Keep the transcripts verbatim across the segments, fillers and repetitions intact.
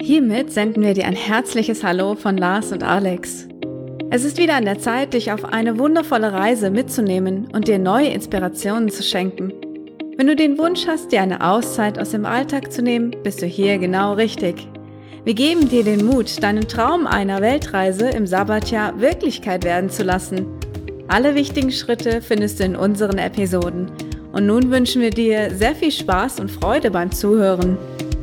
Hiermit senden wir dir ein herzliches Hallo von Lars und Alex. Es ist wieder an der Zeit, dich auf eine wundervolle Reise mitzunehmen und dir neue Inspirationen zu schenken. Wenn du den Wunsch hast, dir eine Auszeit aus dem Alltag zu nehmen, bist du hier genau richtig. Wir geben dir den Mut, deinen Traum einer Weltreise im Sabbatjahr Wirklichkeit werden zu lassen. Alle wichtigen Schritte findest du in unseren Episoden. Und nun wünschen wir dir sehr viel Spaß und Freude beim Zuhören.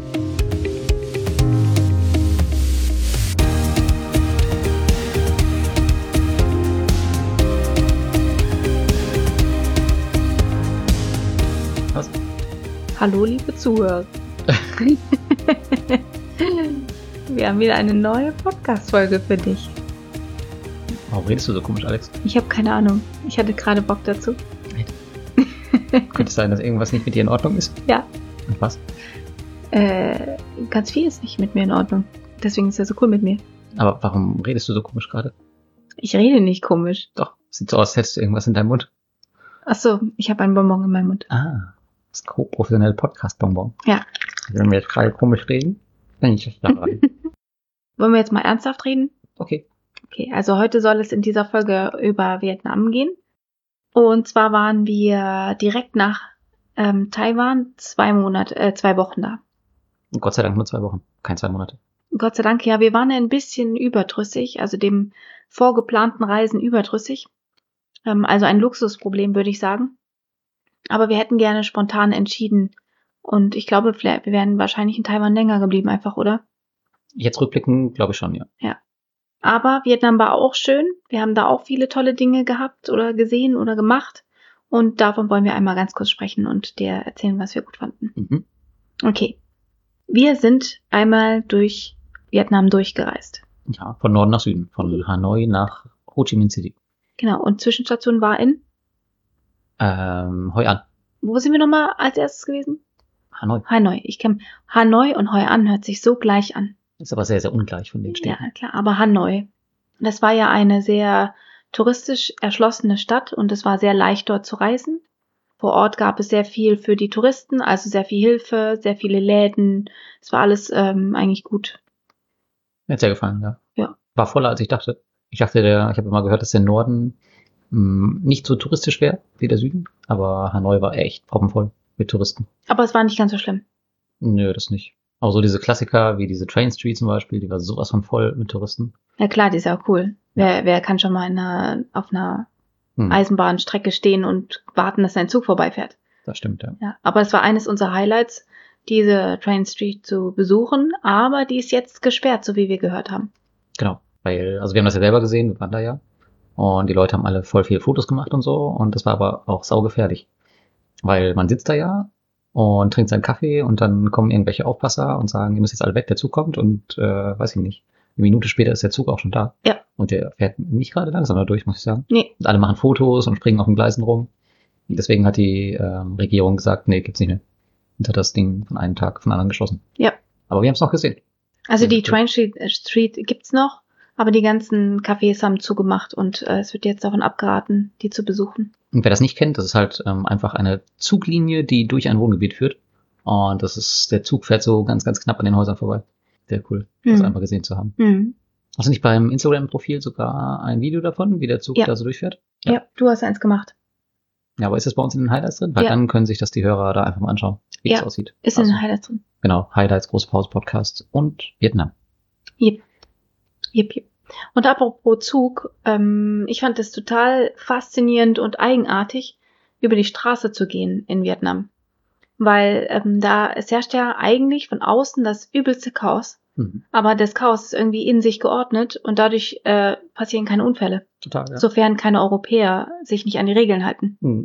Was? Hallo, liebe Zuhörer. Wir haben wieder eine neue Podcast-Folge für dich. Warum redest du so komisch, Alex? Ich habe keine Ahnung. Ich hatte gerade Bock dazu. Könnte es sein, dass irgendwas nicht mit dir in Ordnung ist? Ja. Und was? Äh, ganz viel ist nicht mit mir in Ordnung. Deswegen ist er so cool mit mir. Aber warum redest du so komisch gerade? Ich rede nicht komisch. Doch, sieht so aus, als hättest du irgendwas in deinem Mund. Ach so, ich habe einen Bonbon in meinem Mund. Ah, das ist ein professionelle Podcast-Bonbon. Ja. Wenn wir jetzt gerade komisch reden, dann ich da rein. Wollen wir jetzt mal ernsthaft reden? Okay. Okay, also heute soll es in dieser Folge über Vietnam gehen. Und zwar waren wir direkt nach ähm, Taiwan zwei Monate, äh, zwei Wochen da. Und Gott sei Dank nur zwei Wochen, kein zwei Monate. Gott sei Dank, ja, wir waren ein bisschen überdrüssig, also dem vorgeplanten Reisen überdrüssig. Ähm, also ein Luxusproblem, würde ich sagen. Aber wir hätten gerne spontan entschieden. Und ich glaube, wir wären wahrscheinlich in Taiwan länger geblieben einfach, oder? Jetzt rückblicken, glaube ich schon, ja. Ja. Aber Vietnam war auch schön. Wir haben da auch viele tolle Dinge gehabt oder gesehen oder gemacht. Und davon wollen wir einmal ganz kurz sprechen und dir erzählen, was wir gut fanden. Mhm. Okay. Wir sind einmal durch Vietnam durchgereist. Ja, von Norden nach Süden. Von Hanoi nach Ho Chi Minh City. Genau. Und Zwischenstation war in? Ähm, Hoi An. Wo sind wir nochmal als erstes gewesen? Hanoi. Hanoi. Ich kenne Hanoi und Hoi An hört sich so gleich an. Ist aber sehr, sehr ungleich von den Städten. Ja, klar. Aber Hanoi. Das war ja eine sehr touristisch erschlossene Stadt und es war sehr leicht dort zu reisen. Vor Ort gab es sehr viel für die Touristen, also sehr viel Hilfe, sehr viele Läden. Es war alles ähm, eigentlich gut. Mir hat sehr gefallen, ja. Ja. War voller, als ich dachte. Ich dachte, der, ich habe immer gehört, dass der Norden mh, nicht so touristisch wäre wie der Süden, aber Hanoi war echt proppenvoll mit Touristen. Aber es war nicht ganz so schlimm. Nö, das nicht. Auch so diese Klassiker wie diese Train Street zum Beispiel, die war sowas von voll mit Touristen. Ja klar, die ist ja auch cool. Wer, wer kann schon mal in einer, auf einer Hm, Eisenbahnstrecke stehen und warten, dass ein Zug vorbeifährt? das stimmt, ja. Ja, aber es war eines unserer Highlights, diese Train Street zu besuchen, aber die ist jetzt gesperrt, so wie wir gehört haben. Genau. Weil, also wir haben das ja selber gesehen, wir waren da ja. Und die Leute haben alle voll viele Fotos gemacht und so. Und das war aber auch saugefährlich. Weil man sitzt da ja und trinkt seinen Kaffee und dann kommen irgendwelche Aufpasser und sagen, ihr müsst jetzt alle weg, der Zug kommt und äh, weiß ich nicht. Eine Minute später ist der Zug auch schon da. Ja. Und der fährt nicht gerade langsam dadurch, muss ich sagen. Nee. Und alle machen Fotos und springen auf den Gleisen rum. Und deswegen hat die ähm, Regierung gesagt, nee, gibt's nicht mehr. Und hat das Ding von einem Tag von anderen geschlossen. Ja. Aber wir haben es noch gesehen. Also die Ja, Train Street, äh, Street gibt's noch, aber die ganzen Cafés haben zugemacht und äh, es wird jetzt davon abgeraten, die zu besuchen. Und wer das nicht kennt, das ist halt ähm, einfach eine Zuglinie, die durch ein Wohngebiet führt. Und das ist, der Zug fährt so ganz, ganz knapp an den Häusern vorbei. Sehr cool, das Mhm. einmal gesehen zu haben. Mhm. Hast du nicht beim Instagram-Profil sogar ein Video davon, wie der Zug Ja. da so durchfährt? Ja. Ja. du hast eins gemacht. Ja, aber ist das bei uns in den Highlights drin? Weil Ja. dann können sich das die Hörer da einfach mal anschauen, wie Ja. das aussieht. Ist Also, in den Highlights drin. Genau, Highlights, Große Pause Podcast und Vietnam. Jep. Jep, jep. Und apropos Zug, ähm, ich fand es total faszinierend und eigenartig, über die Straße zu gehen in Vietnam. Weil ähm, da, es herrscht ja eigentlich von außen das übelste Chaos, Mhm. aber das Chaos ist irgendwie in sich geordnet und dadurch äh, passieren keine Unfälle, Total, ja. sofern keine Europäer sich nicht an die Regeln halten. Mhm.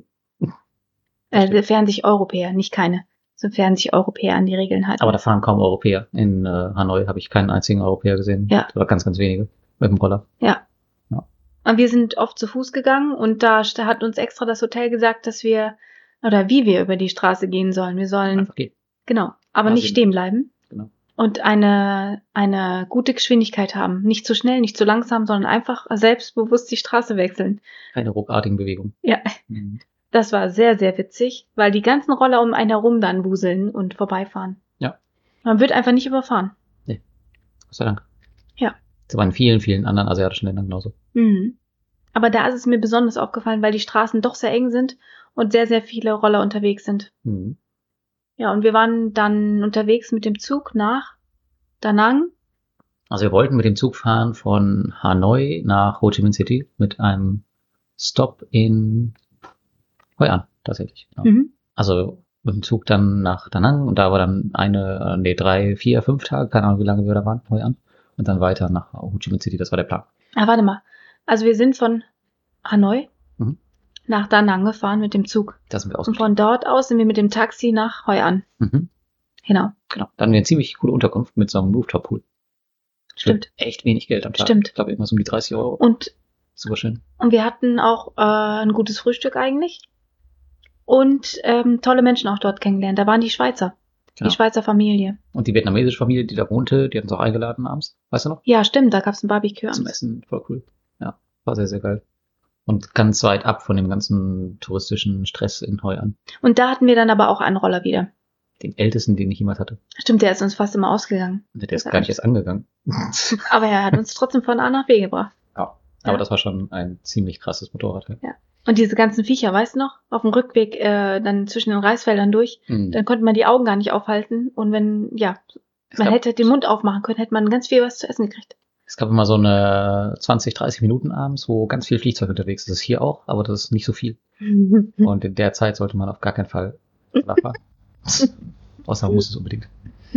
Äh, sofern sich Europäer, nicht keine, sofern sich Europäer an die Regeln halten. Aber da fahren kaum Europäer. In äh, Hanoi habe ich keinen einzigen Europäer gesehen. Ja. Oder ganz, ganz wenige mit dem Roller. Ja. Ja. Und wir sind oft zu Fuß gegangen und da st- hat uns extra das Hotel gesagt, dass wir, oder wie wir über die Straße gehen sollen. Wir sollen, Einfach geht. genau, aber Ja, nicht wir- stehen bleiben. Genau. Und eine, eine gute Geschwindigkeit haben. Nicht zu schnell, nicht zu langsam, sondern einfach selbstbewusst die Straße wechseln. Keine ruckartigen Bewegungen. Ja. Mhm. Das war sehr, sehr witzig, weil die ganzen Roller um einen herum dann wuseln und vorbeifahren. Ja. Man wird einfach nicht überfahren. Nee. Gott sei Dank. Ja. Das war in vielen, vielen anderen asiatischen Ländern genauso. Mhm. Aber da ist es mir besonders aufgefallen, weil die Straßen doch sehr eng sind und sehr, sehr viele Roller unterwegs sind. Mhm. Ja, und wir waren dann unterwegs mit dem Zug nach Da Nang. Also wir wollten mit dem Zug fahren von Hanoi nach Ho Chi Minh City mit einem Stop in Hoi An, tatsächlich. Genau. Mhm. Also mit dem Zug dann nach Da Nang und da war dann eine, nee, drei, vier, fünf Tage, keine Ahnung, wie lange wir da waren, Hoi An. Und dann weiter nach Ho Chi Minh City, das war der Plan. Ah, warte mal. Also wir sind von Hanoi Mhm. nach Da Nang gefahren mit dem Zug. Da sind wir Und ausgestiegen. von dort aus sind wir mit dem Taxi nach Hoi An. Mhm. Genau. Genau. Dann eine ziemlich coole Unterkunft mit so einem Rooftop-Pool. Stimmt. Für echt wenig Geld am Tag. Stimmt. Ich glaube, irgendwas um die dreißig Euro. Und, Super schön. und wir hatten auch äh, ein gutes Frühstück eigentlich. Und ähm, tolle Menschen auch dort kennengelernt. Da waren die Schweizer. Genau. Die Schweizer Familie. Und die vietnamesische Familie, die da wohnte, die hat uns auch eingeladen abends. Weißt du noch? Ja, stimmt. Da gab's ein Barbecue. Zum abends. Essen. Voll cool. Ja, war sehr, sehr geil. Und ganz weit ab von dem ganzen touristischen Stress in Hoi An. Und da hatten wir dann aber auch einen Roller wieder. Den ältesten, den ich jemals hatte. Stimmt, der ist uns fast immer ausgegangen. Der ist gar nicht erst angegangen. Aber er hat uns trotzdem von A nach B gebracht. Ja. Aber Ja. das war schon ein ziemlich krasses Motorrad. Ja. Und diese ganzen Viecher, weißt du noch? Auf dem Rückweg äh, dann zwischen den Reisfeldern durch. Mhm. Dann konnte man die Augen gar nicht aufhalten. Und wenn, ja, Es man gab, hätte den Mund aufmachen können, hätte man ganz viel was zu essen gekriegt. es gab immer so eine zwanzig, dreißig Minuten abends, wo ganz viel Flugzeug unterwegs ist. Das ist hier auch, aber das ist nicht so viel. Und in der Zeit sollte man auf gar keinen Fall nachfahren. Außer man muss es unbedingt.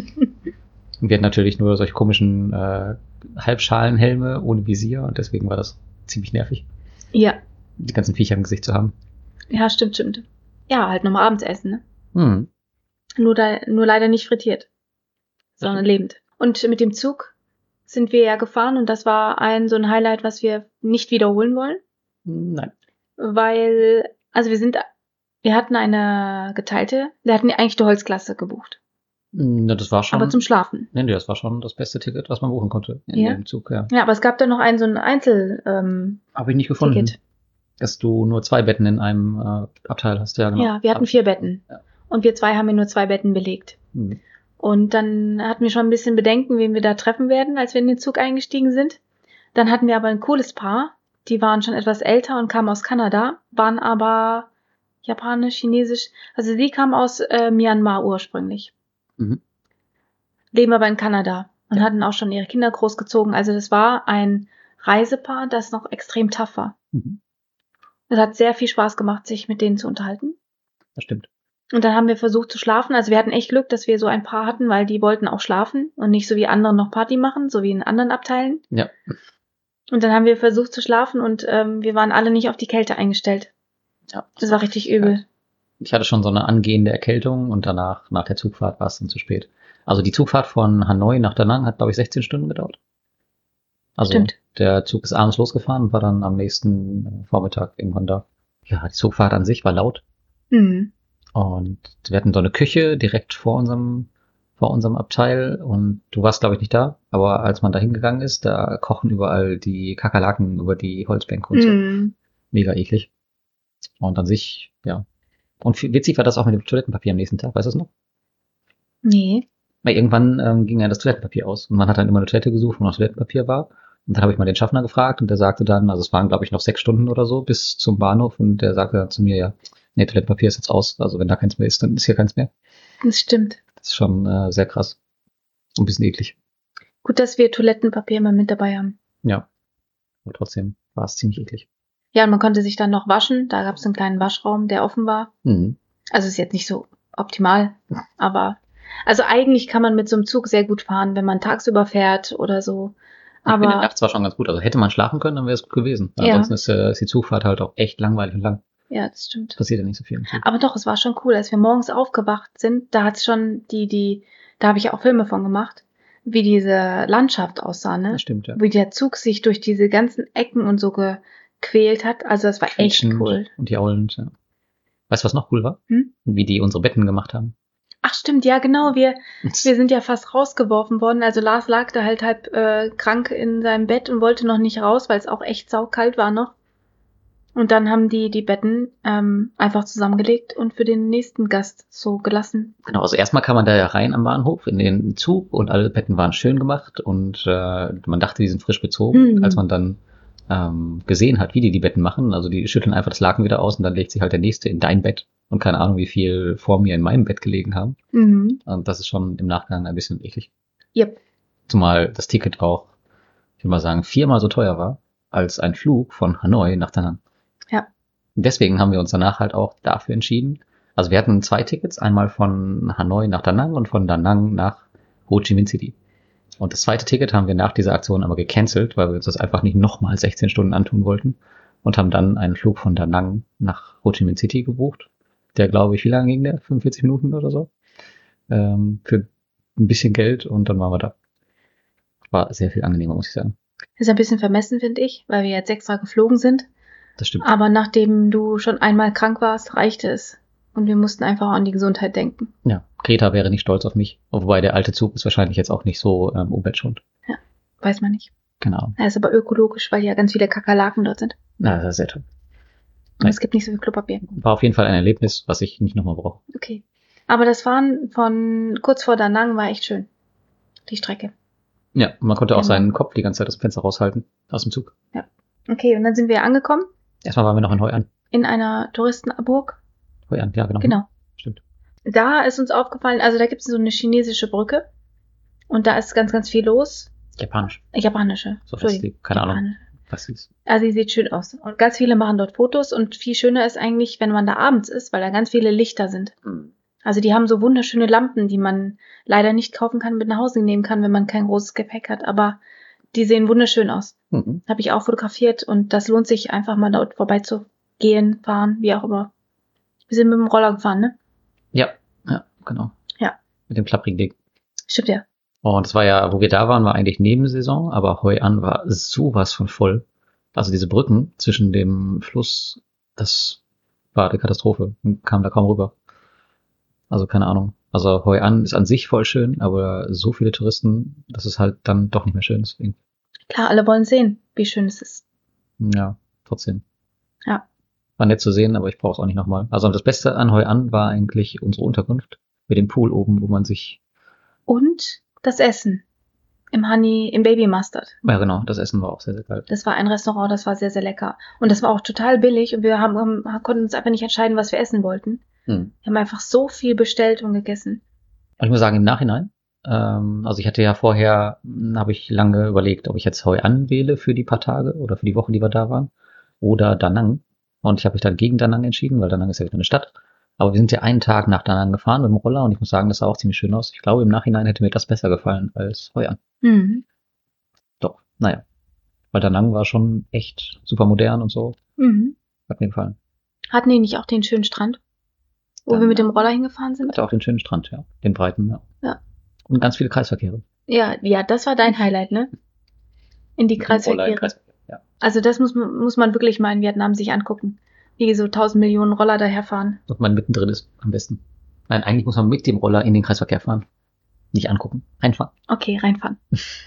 Und wir hatten natürlich nur solche komischen äh, Halbschalenhelme ohne Visier und deswegen war das ziemlich nervig, Ja, die ganzen Viecher im Gesicht zu haben. ja, stimmt, stimmt. Ja, halt nochmal abends essen, ne? Hm. Nur, da, nur leider nicht frittiert, sondern lebend. Und mit dem Zug sind wir ja gefahren und das war ein so ein Highlight, was wir nicht wiederholen wollen, Nein. weil, also wir sind, wir hatten eine geteilte, wir hatten eigentlich die Holzklasse gebucht, Na, das war schon. aber zum Schlafen. Nee, nee, das war schon das beste Ticket, was man buchen konnte in Ja? dem Zug, ja. Ja, aber es gab dann noch ein so ein Einzel, ähm, Habe ich nicht gefunden. Ticket. Dass du nur zwei Betten in einem äh, Abteil hast, ja, genau. Ja, wir hatten vier Betten. Ja. Und wir zwei haben hier nur zwei Betten belegt. Hm. Und dann hatten wir schon ein bisschen Bedenken, wen wir da treffen werden, als wir in den Zug eingestiegen sind. Dann hatten wir aber ein cooles Paar. Die waren schon etwas älter und kamen aus Kanada, waren aber japanisch, chinesisch. Also die kamen aus äh, Myanmar ursprünglich. Mhm. Leben aber in Kanada und Ja. hatten auch schon ihre Kinder großgezogen. Also das war ein Reisepaar, das noch extrem tough war. Mhm. Es hat sehr viel Spaß gemacht, sich mit denen zu unterhalten. Das stimmt. Und dann haben wir versucht zu schlafen. Also wir hatten echt Glück, dass wir so ein Paar hatten, weil die wollten auch schlafen und nicht so wie andere noch Party machen, so wie in anderen Abteilen. Ja. Und dann haben wir versucht zu schlafen und ähm, wir waren alle nicht auf die Kälte eingestellt. Ja. Das war richtig übel. Ich hatte schon so eine angehende Erkältung und danach, nach der Zugfahrt, war es dann zu spät. Also die Zugfahrt von Hanoi nach Da Nang hat, glaube ich, sechzehn Stunden gedauert. Also Stimmt. der Zug ist abends losgefahren und war dann am nächsten Vormittag irgendwann da. Ja, die Zugfahrt an sich war laut. Mhm. Und wir hatten so eine Küche direkt vor unserem, vor unserem Abteil und du warst, glaube ich, nicht da. Aber als man da hingegangen ist, da kochen überall die Kakerlaken über die Holzbänke und so. Mhm. Mega eklig. Und an sich, ja. Und viel- witzig war das auch mit dem Toilettenpapier am nächsten Tag, weißt du es noch? Nee. Weil irgendwann ähm, ging ja das Toilettenpapier aus und man hat dann immer eine Toilette gesucht, wo noch Toilettenpapier war. Und dann habe ich mal den Schaffner gefragt und der sagte dann, also es waren, glaube ich, noch sechs Stunden oder so bis zum Bahnhof und der sagte dann zu mir, ja, nee, Toilettenpapier ist jetzt aus. Also wenn da keins mehr ist, dann ist hier keins mehr. Das stimmt. Das ist schon äh, sehr krass. Und ein bisschen eklig. Gut, dass wir Toilettenpapier immer mit dabei haben. Ja. Aber trotzdem war es ziemlich eklig. Ja, und man konnte sich dann noch waschen. Da gab es einen kleinen Waschraum, der offen war. Mhm. Also ist jetzt nicht so optimal, aber also eigentlich kann man mit so einem Zug sehr gut fahren, wenn man tagsüber fährt oder so. Ich finde, Aber nachts war schon ganz gut. Also hätte man schlafen können, dann wäre es gut gewesen. Ja. Ansonsten ist, äh, ist die Zugfahrt halt auch echt langweilig und lang. ja, das stimmt. Passiert ja nicht so viel im Zug. Aber doch, es war schon cool, als wir morgens aufgewacht sind, da hat's schon die, die, da habe ich auch Filme von gemacht, wie diese Landschaft aussah, ne? Das stimmt, ja. Wie der Zug sich durch diese ganzen Ecken und so gequält hat. Also das war echt Quietschend cool. Und die Aulen, ja. Weißt du, was noch cool war? Hm? Wie die unsere Betten gemacht haben. Ach stimmt, ja genau, wir, wir sind ja fast rausgeworfen worden. Also Lars lag da halt halb äh, krank in seinem Bett und wollte noch nicht raus, weil es auch echt saukalt war noch. Und dann haben die die Betten ähm, einfach zusammengelegt und für den nächsten Gast so gelassen. Genau, also erstmal kam man da ja rein am Bahnhof in den Zug und alle Betten waren schön gemacht und äh, man dachte, die sind frisch bezogen, Mhm. als man dann ähm, gesehen hat, wie die die Betten machen. Also die schütteln einfach das Laken wieder aus und dann legt sich halt der Nächste in dein Bett und keine Ahnung, wie viel vor mir in meinem Bett gelegen haben. Mhm. Und das ist schon im Nachgang ein bisschen eklig. Yep. Zumal das Ticket auch, ich will mal sagen, viermal so teuer war als ein Flug von Hanoi nach Da Nang. Ja. Deswegen haben wir uns danach halt auch dafür entschieden. Also wir hatten zwei Tickets, einmal von Hanoi nach Da Nang und von Da Nang nach Ho Chi Minh City. Und das zweite Ticket haben wir nach dieser Aktion aber gecancelt, weil wir uns das einfach nicht nochmal sechzehn Stunden antun wollten und haben dann einen Flug von Da Nang nach Ho Chi Minh City gebucht. Der, glaube ich, wie lange ging der? fünfundvierzig Minuten oder so? Ähm, für ein bisschen Geld und dann waren wir da. War sehr viel angenehmer, muss ich sagen. Ist ein bisschen vermessen, finde ich, weil wir jetzt extra geflogen sind. Das stimmt. Aber nachdem du schon einmal krank warst, reichte es. Und wir mussten einfach an die Gesundheit denken. Ja, Greta wäre nicht stolz auf mich. Wobei der alte Zug ist wahrscheinlich jetzt auch nicht so ähm, umweltschonend. Weiß man nicht. Genau. Er ist aber ökologisch, weil ja ganz viele Kakerlaken dort sind. Na, das ist sehr toll. Und es gibt nicht so viel Klopapier. War auf jeden Fall ein Erlebnis, was ich nicht nochmal brauche. Okay. Aber das Fahren von kurz vor Da Nang war echt schön. Die Strecke. Ja, man konnte auch Genau. seinen Kopf die ganze Zeit aus dem Fenster raushalten, aus dem Zug. Okay, und dann sind wir angekommen Erstmal waren wir noch in Hoi An. in einer Touristenburg. Hoi An, ja genau. Genau. Stimmt. Da ist uns aufgefallen, also da gibt es so eine chinesische Brücke. Und da ist ganz, ganz viel los. Japanisch. Japanische. So heißt Entschuldigung. die, keine Ahnung, Japanische. was sie ist. Also sie sieht schön aus. Und ganz viele machen dort Fotos. Und viel schöner ist eigentlich, wenn man da abends ist, weil da ganz viele Lichter sind. Also die haben so wunderschöne Lampen, die man leider nicht kaufen kann, mit nach Hause nehmen kann, wenn man kein großes Gepäck hat. Aber die sehen wunderschön aus. Mhm. Habe ich auch fotografiert und das lohnt sich einfach mal dort vorbeizugehen, fahren, wie auch immer. Wir sind mit dem Roller gefahren, ne? Ja, ja, genau. Ja. Mit dem klapprigen Ding. Stimmt ja. Und das war ja, wo wir da waren, war eigentlich Nebensaison, aber Hoi An war sowas von voll. Also diese Brücken zwischen dem Fluss, das war eine Katastrophe. Man kam da kaum rüber. Also keine Ahnung. Also Hoi An ist an sich voll schön, aber so viele Touristen, das ist halt dann doch nicht mehr schön. Deswegen, Klar, alle wollen sehen, wie schön es ist. ja, trotzdem. Ja. War nett zu sehen, aber ich brauche es auch nicht nochmal. Also das Beste an Hoi An war eigentlich unsere Unterkunft mit dem Pool oben, wo man sich, Und das Essen. Im Honey, im Baby Mustard. ja genau, das Essen war auch sehr, sehr geil. Das war ein Restaurant, das war sehr, sehr lecker. Und das war auch total billig und wir haben, haben, konnten uns einfach nicht entscheiden, was wir essen wollten. Hm. Wir haben einfach so viel bestellt und gegessen. Und ich muss sagen, im Nachhinein, ähm, also ich hatte ja vorher, habe ich lange überlegt, ob ich jetzt Hoi An wähle für die paar Tage oder für die Woche, die wir da waren, oder Da Nang. Und ich habe mich dann gegen Da Nang entschieden, weil Da Nang ist ja wieder eine Stadt. Aber wir sind ja einen Tag nach Da Nang gefahren mit dem Roller und ich muss sagen, das sah auch ziemlich schön aus. Ich glaube, im Nachhinein hätte mir das besser gefallen als Hoi An. Mhm. Doch, naja. Weil Da Nang war schon echt super modern und so. Mhm. Hat mir gefallen. Hatten die nicht auch den schönen Strand, wo Da wir mit dem Nang Roller hingefahren sind? hatte auch den schönen Strand, ja. Den breiten, ja. Ja. Und ganz viele Kreisverkehre. Ja, ja, das war dein Highlight, ne? In die Mit dem Roller Kreisverkehre. in Kreisverkehr, ja. Also das muss, man- muss man wirklich mal in Vietnam sich angucken. Wie so tausend Millionen Roller daherfahren. Und man mittendrin ist, am besten. Nein, eigentlich muss man mit dem Roller in den Kreisverkehr fahren. Nicht angucken, reinfahren. Okay, reinfahren. Passiert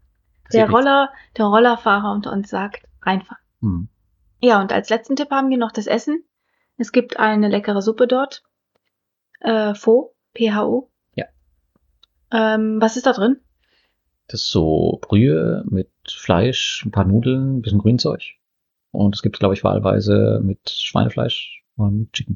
Der nichts. Roller, der Rollerfahrer unter uns sagt, reinfahren. Hm. Ja, und als letzten Tipp haben wir noch das Essen. Es gibt eine leckere Suppe dort. Äh, Pho, P H O. Ja. Ähm, was ist da drin? Das ist so Brühe mit Fleisch, ein paar Nudeln, ein bisschen Grünzeug. Und es gibt, glaube ich, wahlweise mit Schweinefleisch und Chicken.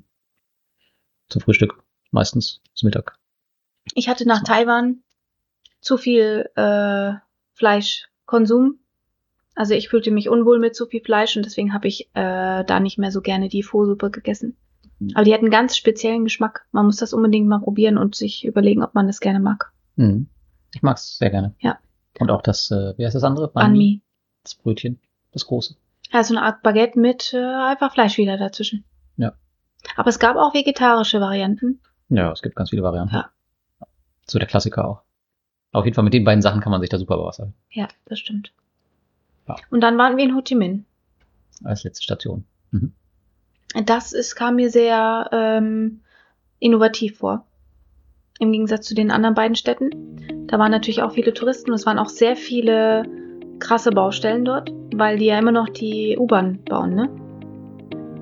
Zum Frühstück, meistens zum Mittag. Ich hatte nach Taiwan zu viel äh, Fleischkonsum. Also ich fühlte mich unwohl mit zu viel Fleisch und deswegen habe ich äh, da nicht mehr so gerne die Pho-Suppe gegessen. Mhm. Aber die hat einen ganz speziellen Geschmack. Man muss das unbedingt mal probieren und sich überlegen, ob man das gerne mag. Mhm. Ich mag's sehr gerne. Ja. Und auch das, äh, wie heißt das andere? Banh Mi. Das Brötchen, das große. Also eine Art Baguette mit äh, einfach Fleisch wieder dazwischen. Ja. Aber es gab auch vegetarische Varianten. Ja, es gibt ganz viele Varianten. Ja. So der Klassiker auch. Auf jeden Fall mit den beiden Sachen kann man sich da super bewassern. Ja, das stimmt. Ja. Und dann waren wir in Ho Chi Minh. Als letzte Station. Mhm. Das ist, kam mir sehr ähm, innovativ vor. Im Gegensatz zu den anderen beiden Städten. Da waren natürlich auch viele Touristen und es waren auch sehr viele krasse Baustellen dort, weil die ja immer noch die U-Bahn bauen, ne?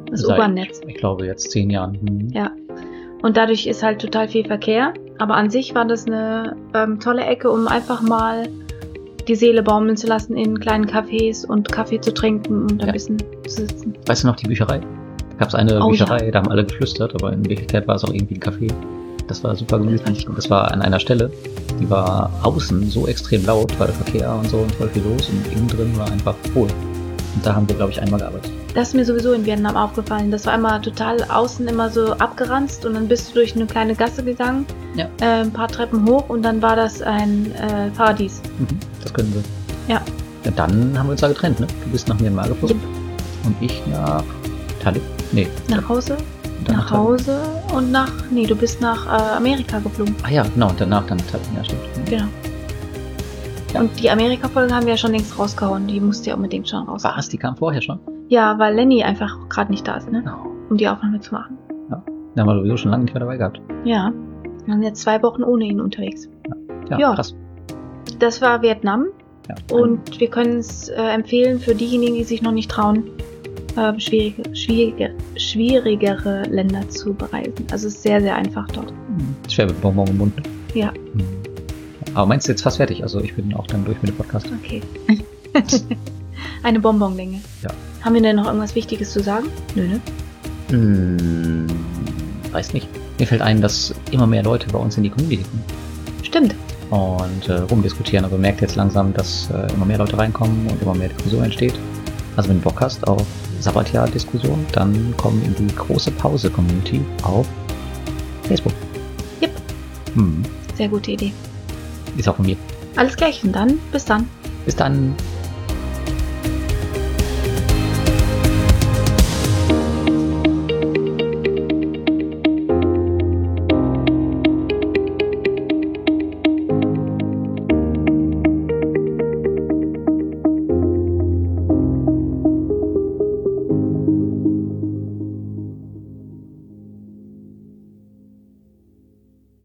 Das Seit, U-Bahn-Netz. Ich glaube jetzt zehn Jahren. Hm. Ja. Und dadurch ist halt total viel Verkehr. Aber an sich war das eine ähm, tolle Ecke, um einfach mal die Seele baumeln zu lassen in kleinen Cafés und Kaffee zu trinken und ein Ja. bisschen zu sitzen. Weißt du noch die Bücherei? Da gab es eine Oh, Bücherei, ja. da haben alle geflüstert, aber in Wirklichkeit war es auch irgendwie ein Café. Das war super gemütlich und das war an einer Stelle, die war außen so extrem laut, weil Verkehr und so und voll viel los und innen drin war einfach Ruhe. Und da haben wir, glaube ich, einmal gearbeitet. Das ist mir sowieso in Vietnam aufgefallen. Das war immer total außen immer so abgeranzt und dann bist du durch eine kleine Gasse gegangen, Ja. äh, ein paar Treppen hoch und dann war das ein äh, Paradies. Mhm, das können wir. Ja. Ja, dann haben wir uns da getrennt, ne? Du bist nach Myanmar geflogen und ich nach Tallinn. Nee. Nach Hause, und dann nach Tallinn. Hause und nach, nee, du bist nach äh, Amerika geflogen. Ah ja, genau, und danach dann nach Tallinn, ja stimmt. Mhm. Genau. Ja. Und die Amerika-Folge haben wir ja schon längst rausgehauen. Die musste ja unbedingt schon raus. Was, die kam vorher schon? Ja, weil Lenny einfach gerade nicht da ist, ne? Oh. Um die Aufnahme zu machen. Den haben wir sowieso schon lange nicht mehr dabei gehabt. Ja. Wir sind jetzt zwei Wochen ohne ihn unterwegs. Ja, Ja. krass. Das war Vietnam. Ja. Und wir können es äh, empfehlen für diejenigen, die sich noch nicht trauen, äh, schwierige, schwierige, schwierigere Länder zu bereisen. Also es ist sehr, sehr einfach dort. Mhm. Schwer mit Bonbon im Mund. Ja. Mhm. Aber meinst du jetzt fast fertig? Also ich bin auch dann durch mit dem Podcast. Okay. Eine Bonbonlänge. Ja. Haben wir denn noch irgendwas Wichtiges zu sagen? Nö, ne? Hm, weiß nicht. Mir fällt ein, dass immer mehr Leute bei uns in die Community kommen Stimmt. und äh, rumdiskutieren. Also merkt jetzt langsam, dass äh, immer mehr Leute reinkommen und immer mehr Diskussion entsteht. Also wenn du Bock hast auf Sabbatjahr-Diskussion, dann komm in die große Pause-Community auf Facebook. Yep. Hm, Sehr gute Idee. ist auch von mir. Alles gleich und dann bis dann. Bis dann.